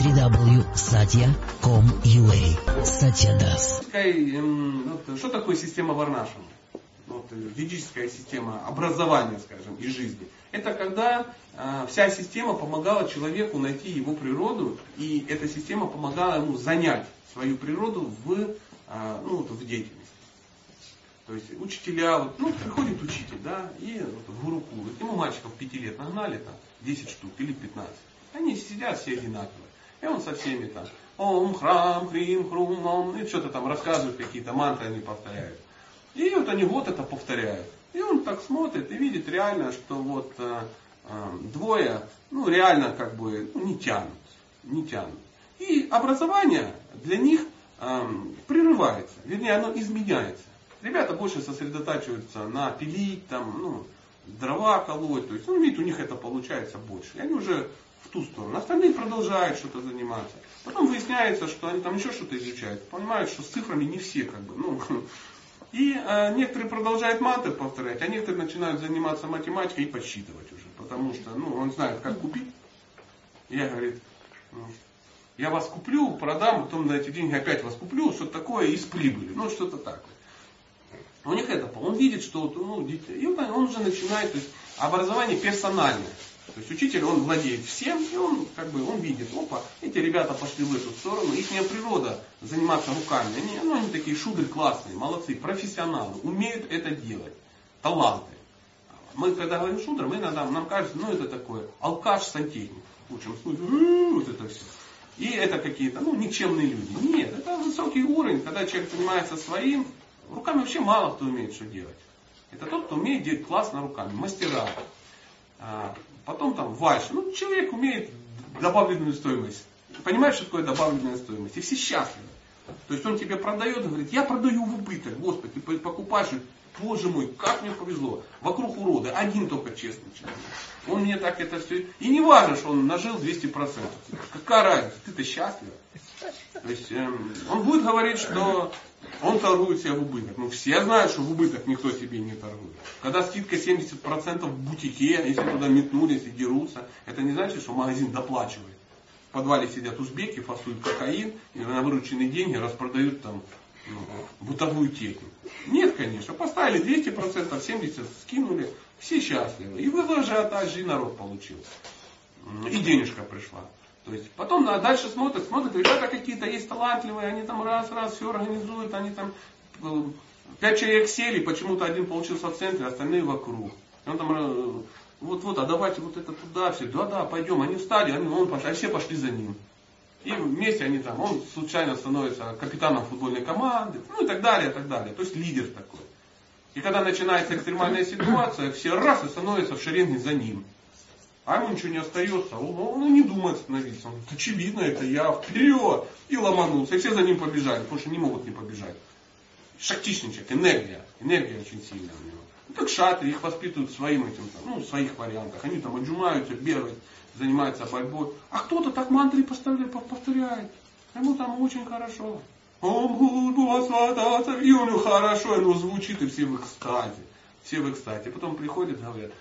www.satya.com.ua Satya Das. Что такое система Варнашрама? Ведическая система образования, скажем, и жизни. Это когда вся система помогала человеку найти его природу, и эта система помогала ему занять свою природу в деятельности. То есть учителя, приходит учитель, да, и в гурукул, ему мальчиков 5 лет нагнали, там, 10 штук или 15. Они сидят все одинаковые. И он со всеми там, ом, храм, хрим, хрум, ом, и что-то там рассказывают, какие-то мантры они повторяют. И они это повторяют. И он так смотрит и видит реально, что двое, реально не тянут. И образование для них прерывается, вернее, оно изменяется. Ребята больше сосредотачиваются на пилить, дрова колоть, то есть, видите, у них это получается больше. И они уже в ту сторону. Остальные продолжают что-то заниматься. Потом выясняется, что они там еще что-то изучают. Понимают, что с цифрами не все И некоторые продолжают мантры повторять, а некоторые начинают заниматься математикой и подсчитывать уже. Потому что, он знает, как купить. Я, говорит, я вас куплю, продам, потом на эти деньги опять вас куплю, что-то такое, из прибыли. Что-то так. У них он видит, что и он уже начинает, то есть образование персональное. То есть учитель, он владеет всем, и он видит, эти ребята пошли в эту сторону, их природа заниматься руками. Они такие шудры классные, молодцы, профессионалы, умеют это делать, таланты. Мы когда говорим шудра, нам кажется, это такое алкаш-сантехник. В лучшем случае, это все. И это какие-то, никчемные люди. Нет, это высокий уровень, когда человек занимается своим, руками вообще мало кто умеет что делать. Это тот, кто умеет делать классно руками, мастера. Потом вальш. Человек умеет добавленную стоимость. Понимаешь, что такое добавленная стоимость? И все счастливы. То есть он тебе продает, говорит, я продаю в убыток, Господи, ты покупаешь, Боже мой, как мне повезло. Вокруг уроды, один только честный человек. Он мне так это все... И не важно, что он нажил 200%. Какая разница, ты-то счастлив. То есть он будет говорить, что он торгует себя в убыток. Все знают, что в убыток никто себе не торгует. Когда скидка 70% в бутике, если туда метнулись и дерутся, это не значит, что магазин доплачивает. В подвале сидят узбеки, фасуют кокаин, и на вырученные деньги распродают бытовую технику. Нет, конечно. Поставили 200%, 70% скинули, все счастливы. И был ажиотаж, и народ получил. И денежка пришла. То есть потом дальше смотрят, ребята какие-то есть талантливые, они раз, все организуют, они 5 человек сели, почему-то один получился в центре, остальные вокруг. И он а давайте это туда, все, да, пойдем. Они встали, а все пошли за ним. И вместе он случайно становится капитаном футбольной команды, и так далее, и так далее. То есть лидер такой. И когда начинается экстремальная ситуация, все раз и становятся в шеренге за ним. А ему ничего не остается, он не думает остановиться. Он говорит, очевидно, это я, вперед! И ломанулся. И все за ним побежали, потому что не могут не побежать. Шактичный человек, энергия очень сильная у него. Как шатри, их воспитывают своим в своих вариантах. Они отжимаются, бегают, занимаются борьбой. А кто-то так мантры повторяет. Ему очень хорошо. И у него хорошо, оно звучит, и все в экстазе. Потом приходят, говорят,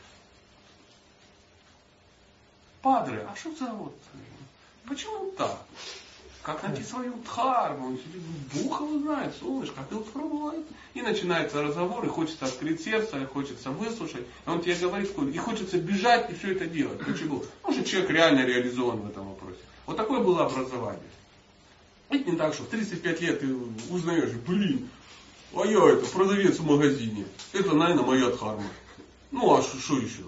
падре, а что за почему так? Как найти свою дхарму? Бог его знает, солнышко, как ты пробовал это? И начинается разговор, и хочется открыть сердце, и хочется выслушать. И он тебе говорит, и хочется бежать и все это делать. Почему? Потому что человек реально реализован в этом вопросе. Вот такое было образование. Это не так, что в 35 лет ты узнаешь, а я продавец в магазине. Это, наверное, моя дхарма. А что еще?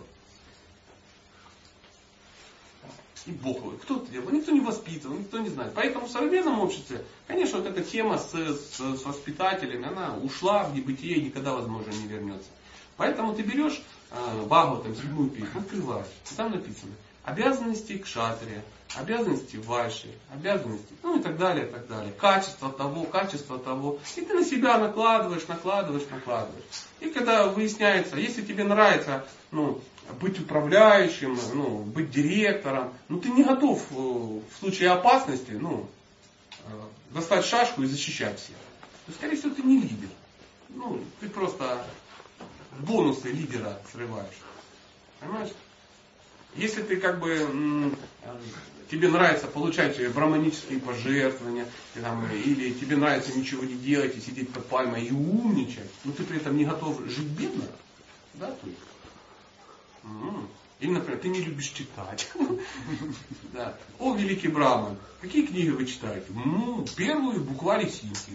И Бог его. Кто это делал? Никто не воспитывал, никто не знает. Поэтому в современном обществе, конечно, эта тема с воспитателями, она ушла в небытие и никогда, возможно, не вернется. Поэтому ты берешь Бхагаватам, 7 песню, открываешь. И там написано обязанности кшатрия, обязанности вайши, обязанности, и так далее, и так далее. Качество того. И ты на себя накладываешь. И когда выясняется, если тебе нравится, быть управляющим, быть директором, ты не готов в случае опасности, достать шашку и защищать всех. То, скорее всего, ты не лидер. Ты просто бонусы лидера срываешь. Понимаешь? Если ты тебе нравится получать браманические пожертвования, или тебе нравится ничего не делать и сидеть под пальмой и умничать, но ты при этом не готов жить бедно, да, то есть. Или, например, ты не любишь читать. Да. О, великий Браман, какие книги вы читаете? Первую буква Лисинки.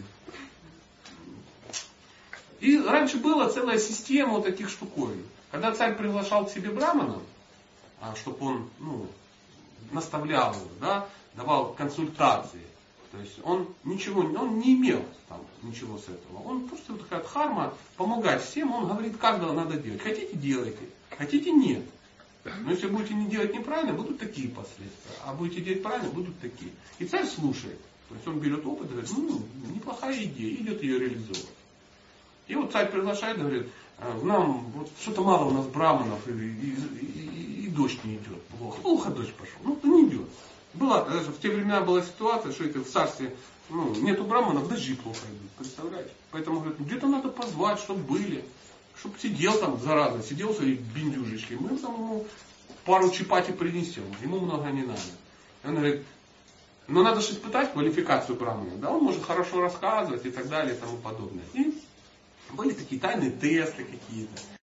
И раньше была целая система вот таких штуковин. Когда царь приглашал к себе Брамана, чтобы он наставлял его, да, давал консультации, то есть он не имел там ничего с этого. Он просто вот такая дхарма, помогать всем, он говорит, как надо делать. Хотите, делайте, хотите, нет. Но если будете не делать неправильно, будут такие последствия. А будете делать правильно, будут такие. И царь слушает. То есть он берет опыт и говорит, неплохая идея, идет ее реализовывать. И вот царь приглашает, говорит, нам вот что-то мало у нас браманов, и дождь не идет. Плохо дождь пошел. Не идет. Даже в те времена была ситуация, что это в царстве нету браманов, дожди плохо идут. Представляете? Поэтому говорят, где-то надо позвать, чтобы были. Чтобы сидел там, зараза, сидел в своей бендюжечке, мы там ему пару чапати принесем, ему много не надо. И он говорит, но надо же испытать квалификацию брамана, да, он может хорошо рассказывать и так далее и тому подобное. И были такие тайные тесты какие-то.